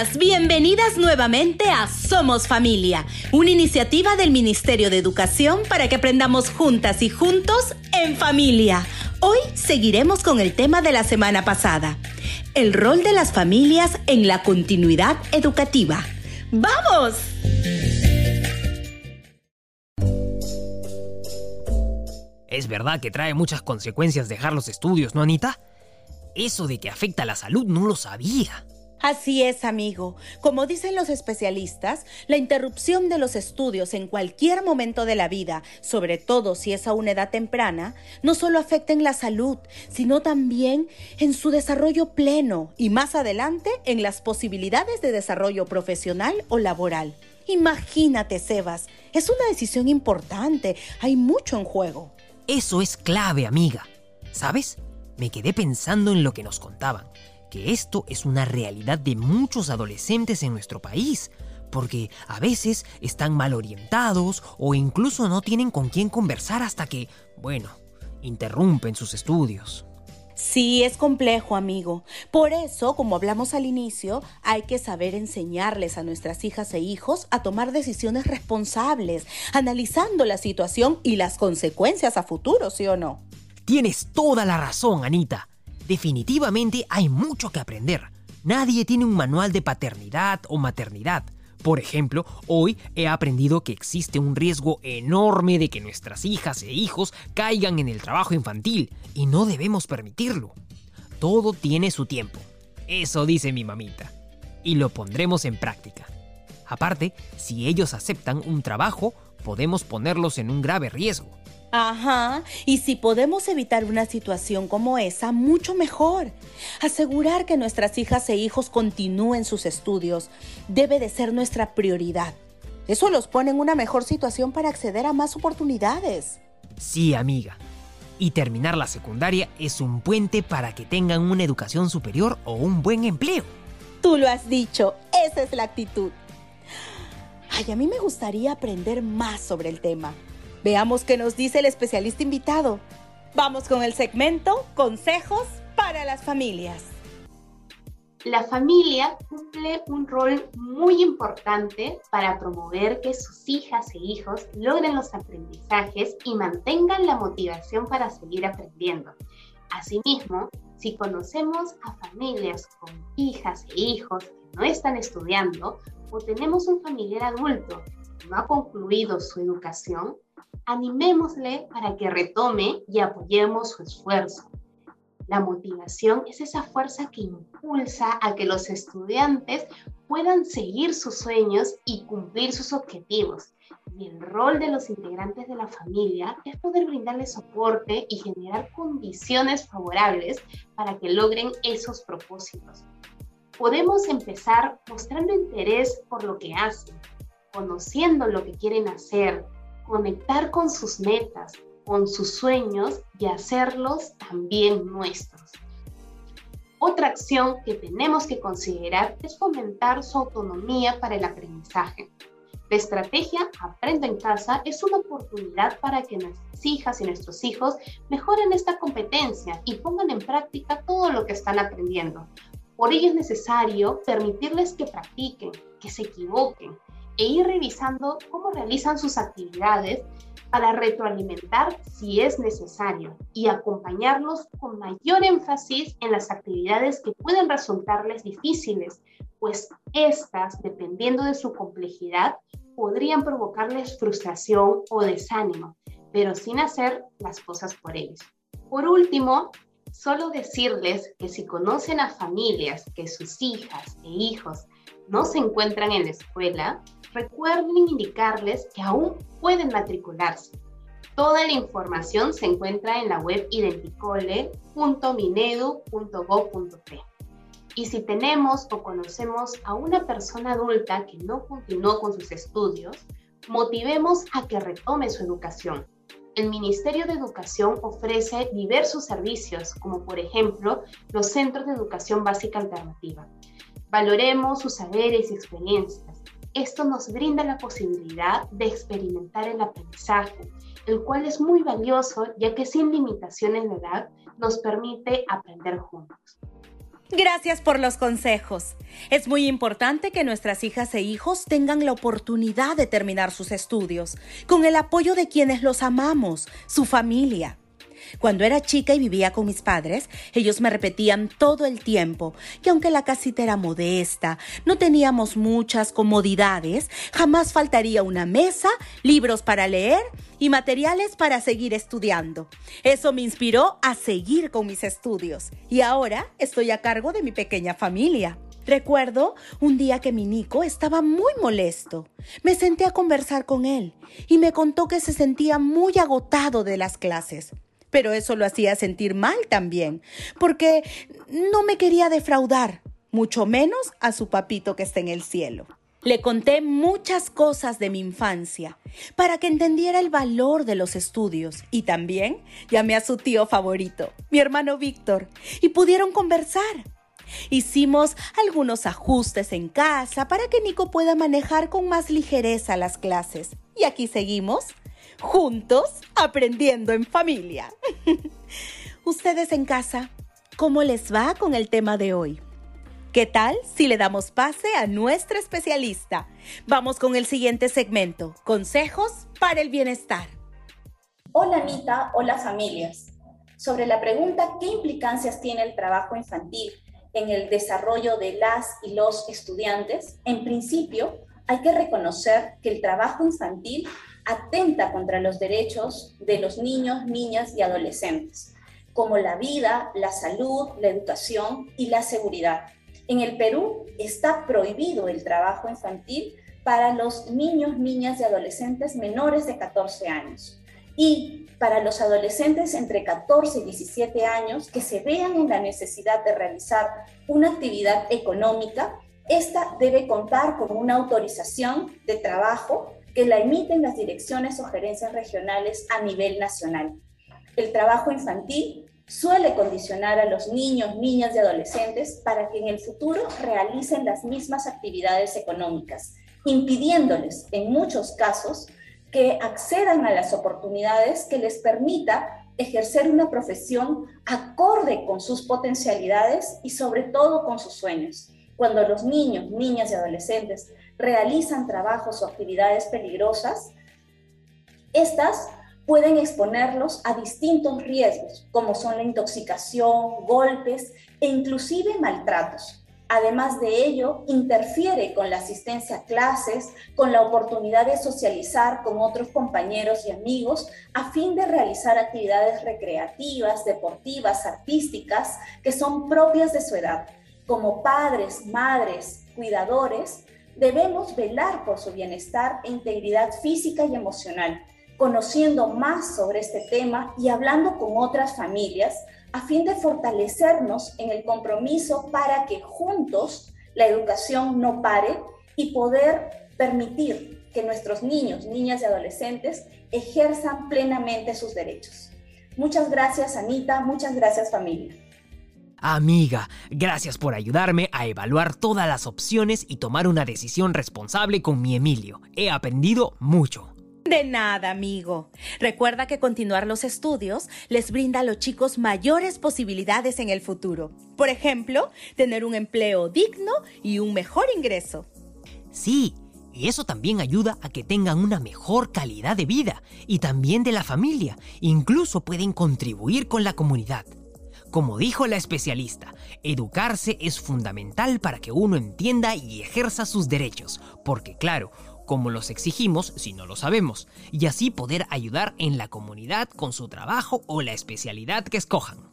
Familias, bienvenidas nuevamente a Somos Familia, una iniciativa del Ministerio de Educación para que aprendamos juntas y juntos en familia. Hoy seguiremos con el tema de la semana pasada, el rol de las familias en la continuidad educativa. ¡Vamos! Es verdad que trae muchas consecuencias dejar los estudios, ¿no, Anita? Eso de que afecta a la salud no lo sabía. Así es, amigo. Como dicen los especialistas, la interrupción de los estudios en cualquier momento de la vida, sobre todo si es a una edad temprana, no solo afecta en la salud, sino también en su desarrollo pleno y más adelante en las posibilidades de desarrollo profesional o laboral. Imagínate, Sebas, es una decisión importante, hay mucho en juego. Eso es clave, amiga. ¿Sabes? Me quedé pensando en lo que nos contaban, que esto es una realidad de muchos adolescentes en nuestro país, porque a veces están mal orientados o incluso no tienen con quién conversar hasta que, interrumpen sus estudios. Sí, es complejo, amigo. Por eso, como hablamos al inicio, hay que saber enseñarles a nuestras hijas e hijos a tomar decisiones responsables, analizando la situación y las consecuencias a futuro, ¿sí o no? Tienes toda la razón, Anita. Definitivamente hay mucho que aprender. Nadie tiene un manual de paternidad o maternidad. Por ejemplo, hoy he aprendido que existe un riesgo enorme de que nuestras hijas e hijos caigan en el trabajo infantil y no debemos permitirlo. Todo tiene su tiempo. Eso dice mi mamita. Y lo pondremos en práctica. Aparte, si ellos aceptan un trabajo, podemos ponerlos en un grave riesgo. Ajá, y si podemos evitar una situación como esa, mucho mejor. Asegurar que nuestras hijas e hijos continúen sus estudios debe de ser nuestra prioridad. Eso los pone en una mejor situación para acceder a más oportunidades. Sí, amiga. Y terminar la secundaria es un puente para que tengan una educación superior o un buen empleo. Tú lo has dicho, esa es la actitud. Ay, a mí me gustaría aprender más sobre el tema. Veamos qué nos dice el especialista invitado. Vamos con el segmento Consejos para las familias. La familia cumple un rol muy importante para promover que sus hijas e hijos logren los aprendizajes y mantengan la motivación para seguir aprendiendo. Asimismo, si conocemos a familias con hijas e hijos que no están estudiando o tenemos un familiar adulto que no ha concluido su educación, animémosle para que retome y apoyemos su esfuerzo. La motivación es esa fuerza que impulsa a que los estudiantes puedan seguir sus sueños y cumplir sus objetivos. Y el rol de los integrantes de la familia es poder brindarles soporte y generar condiciones favorables para que logren esos propósitos. Podemos empezar mostrando interés por lo que hacen, conociendo lo que quieren hacer, conectar con sus metas, con sus sueños y hacerlos también nuestros. Otra acción que tenemos que considerar es fomentar su autonomía para el aprendizaje. La estrategia Aprendo en Casa es una oportunidad para que nuestras hijas y nuestros hijos mejoren esta competencia y pongan en práctica todo lo que están aprendiendo. Por ello es necesario permitirles que practiquen, que se equivoquen, e ir revisando cómo realizan sus actividades para retroalimentar si es necesario y acompañarlos con mayor énfasis en las actividades que pueden resultarles difíciles, pues estas, dependiendo de su complejidad, podrían provocarles frustración o desánimo, pero sin hacer las cosas por ellos. Por último, solo decirles que si conocen a familias que sus hijas e hijos no se encuentran en la escuela, recuerden indicarles que aún pueden matricularse. Toda la información se encuentra en la web identicole.minedu.gov.p. Y si tenemos o conocemos a una persona adulta que no continuó con sus estudios, motivemos a que retome su educación. El Ministerio de Educación ofrece diversos servicios, como por ejemplo los Centros de Educación Básica Alternativa. Valoremos sus saberes y experiencias. Esto nos brinda la posibilidad de experimentar el aprendizaje, el cual es muy valioso ya que sin limitaciones de edad nos permite aprender juntos. Gracias por los consejos. Es muy importante que nuestras hijas e hijos tengan la oportunidad de terminar sus estudios, con el apoyo de quienes los amamos, su familia. Cuando era chica y vivía con mis padres, ellos me repetían todo el tiempo que aunque la casita era modesta, no teníamos muchas comodidades, jamás faltaría una mesa, libros para leer y materiales para seguir estudiando. Eso me inspiró a seguir con mis estudios y ahora estoy a cargo de mi pequeña familia. Recuerdo un día que mi Nico estaba muy molesto. Me senté a conversar con él y me contó que se sentía muy agotado de las clases. Pero eso lo hacía sentir mal también, porque no me quería defraudar, mucho menos a su papito que está en el cielo. Le conté muchas cosas de mi infancia para que entendiera el valor de los estudios y también llamé a su tío favorito, mi hermano Víctor, y pudieron conversar. Hicimos algunos ajustes en casa para que Nico pueda manejar con más ligereza las clases. Y aquí seguimos, juntos, aprendiendo en familia. Ustedes en casa, ¿cómo les va con el tema de hoy? ¿Qué tal si le damos pase a nuestra especialista? Vamos con el siguiente segmento, consejos para el bienestar. Hola Anita, hola familias. Sobre la pregunta ¿qué implicancias tiene el trabajo infantil en el desarrollo de las y los estudiantes? En principio, hay que reconocer que el trabajo infantil atenta contra los derechos de los niños, niñas y adolescentes, como la vida, la salud, la educación y la seguridad. En el Perú está prohibido el trabajo infantil para los niños, niñas y adolescentes menores de 14 años. Y para los adolescentes entre 14 y 17 años que se vean en la necesidad de realizar una actividad económica, esta debe contar con una autorización de trabajo que la emiten las direcciones o gerencias regionales a nivel nacional. El trabajo infantil suele condicionar a los niños, niñas y adolescentes para que en el futuro realicen las mismas actividades económicas, impidiéndoles, en muchos casos, que accedan a las oportunidades que les permita ejercer una profesión acorde con sus potencialidades y sobre todo con sus sueños. Cuando los niños, niñas y adolescentes realizan trabajos o actividades peligrosas, estas pueden exponerlos a distintos riesgos, como son la intoxicación, golpes e inclusive maltratos. Además de ello, interfiere con la asistencia a clases, con la oportunidad de socializar con otros compañeros y amigos a fin de realizar actividades recreativas, deportivas, artísticas que son propias de su edad. Como padres, madres, cuidadores, debemos velar por su bienestar e integridad física y emocional, conociendo más sobre este tema y hablando con otras familias a fin de fortalecernos en el compromiso para que juntos la educación no pare y poder permitir que nuestros niños, niñas y adolescentes ejerzan plenamente sus derechos. Muchas gracias, Anita. Muchas gracias, familia. Amiga, gracias por ayudarme a evaluar todas las opciones y tomar una decisión responsable con mi Emilio. He aprendido mucho. De nada, amigo. Recuerda que continuar los estudios les brinda a los chicos mayores posibilidades en el futuro. Por ejemplo, tener un empleo digno y un mejor ingreso. Sí, y eso también ayuda a que tengan una mejor calidad de vida y también de la familia. Incluso pueden contribuir con la comunidad. Como dijo la especialista, educarse es fundamental para que uno entienda y ejerza sus derechos, porque claro, ¿cómo los exigimos si no lo sabemos? Y así poder ayudar en la comunidad con su trabajo o la especialidad que escojan.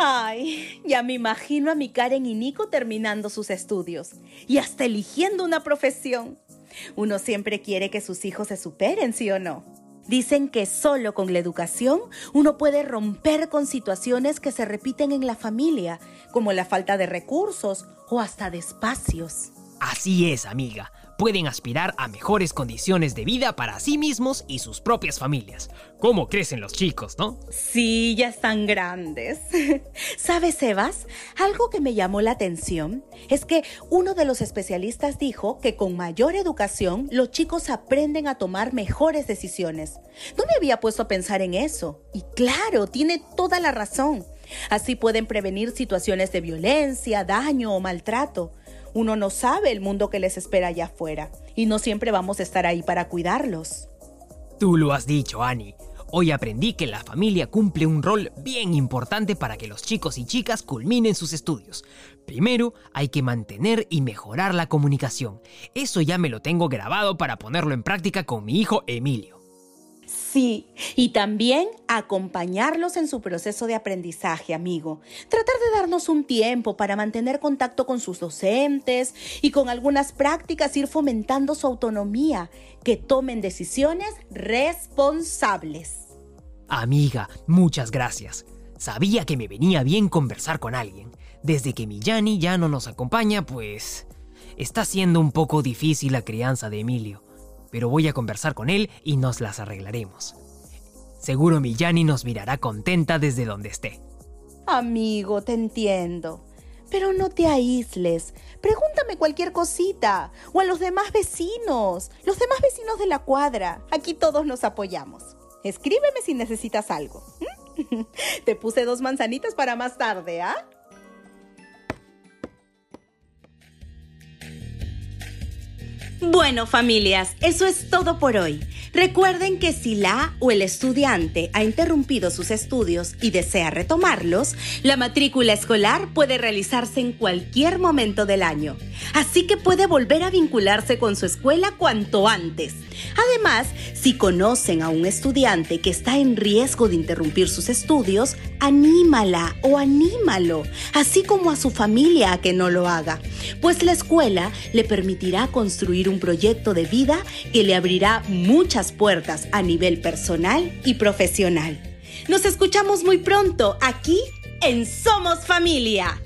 Ay, ya me imagino a mi Karen y Nico terminando sus estudios y hasta eligiendo una profesión. Uno siempre quiere que sus hijos se superen, ¿sí o no? Dicen que solo con la educación uno puede romper con situaciones que se repiten en la familia, como la falta de recursos o hasta de espacios. Así es, amiga. Pueden aspirar a mejores condiciones de vida para sí mismos y sus propias familias. ¿Cómo crecen los chicos, no? Sí, ya están grandes. ¿Sabes, Sebas? Algo que me llamó la atención es que uno de los especialistas dijo que con mayor educación los chicos aprenden a tomar mejores decisiones. No me había puesto a pensar en eso. Y claro, tiene toda la razón. Así pueden prevenir situaciones de violencia, daño o maltrato. Uno no sabe el mundo que les espera allá afuera y no siempre vamos a estar ahí para cuidarlos. Tú lo has dicho, Annie. Hoy aprendí que la familia cumple un rol bien importante para que los chicos y chicas culminen sus estudios. Primero, hay que mantener y mejorar la comunicación. Eso ya me lo tengo grabado para ponerlo en práctica con mi hijo Emilio. Sí, y también acompañarlos en su proceso de aprendizaje, amigo. Tratar de darnos un tiempo para mantener contacto con sus docentes y con algunas prácticas ir fomentando su autonomía, que tomen decisiones responsables. Amiga, muchas gracias. Sabía que me venía bien conversar con alguien. Desde que mi Yanni ya no nos acompaña, pues está siendo un poco difícil la crianza de Emilio. Pero voy a conversar con él y nos las arreglaremos. Seguro mi Yanni nos mirará contenta desde donde esté. Amigo, te entiendo. Pero no te aísles. Pregúntame cualquier cosita. O a los demás vecinos. Los demás vecinos de la cuadra. Aquí todos nos apoyamos. Escríbeme si necesitas algo. Te puse 2 manzanitas para más tarde, ¿ah? Bueno, familias, eso es todo por hoy. Recuerden que si la o el estudiante ha interrumpido sus estudios y desea retomarlos, la matrícula escolar puede realizarse en cualquier momento del año. Así que puede volver a vincularse con su escuela cuanto antes. Además, si conocen a un estudiante que está en riesgo de interrumpir sus estudios, anímala o anímalo, así como a su familia a que no lo haga, pues la escuela le permitirá construir un proyecto de vida que le abrirá muchas puertas a nivel personal y profesional. Nos escuchamos muy pronto aquí en Somos Familia.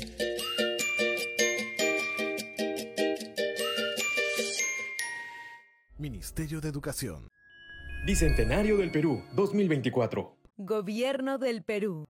Ministerio de Educación. Bicentenario del Perú, 2024. Gobierno del Perú.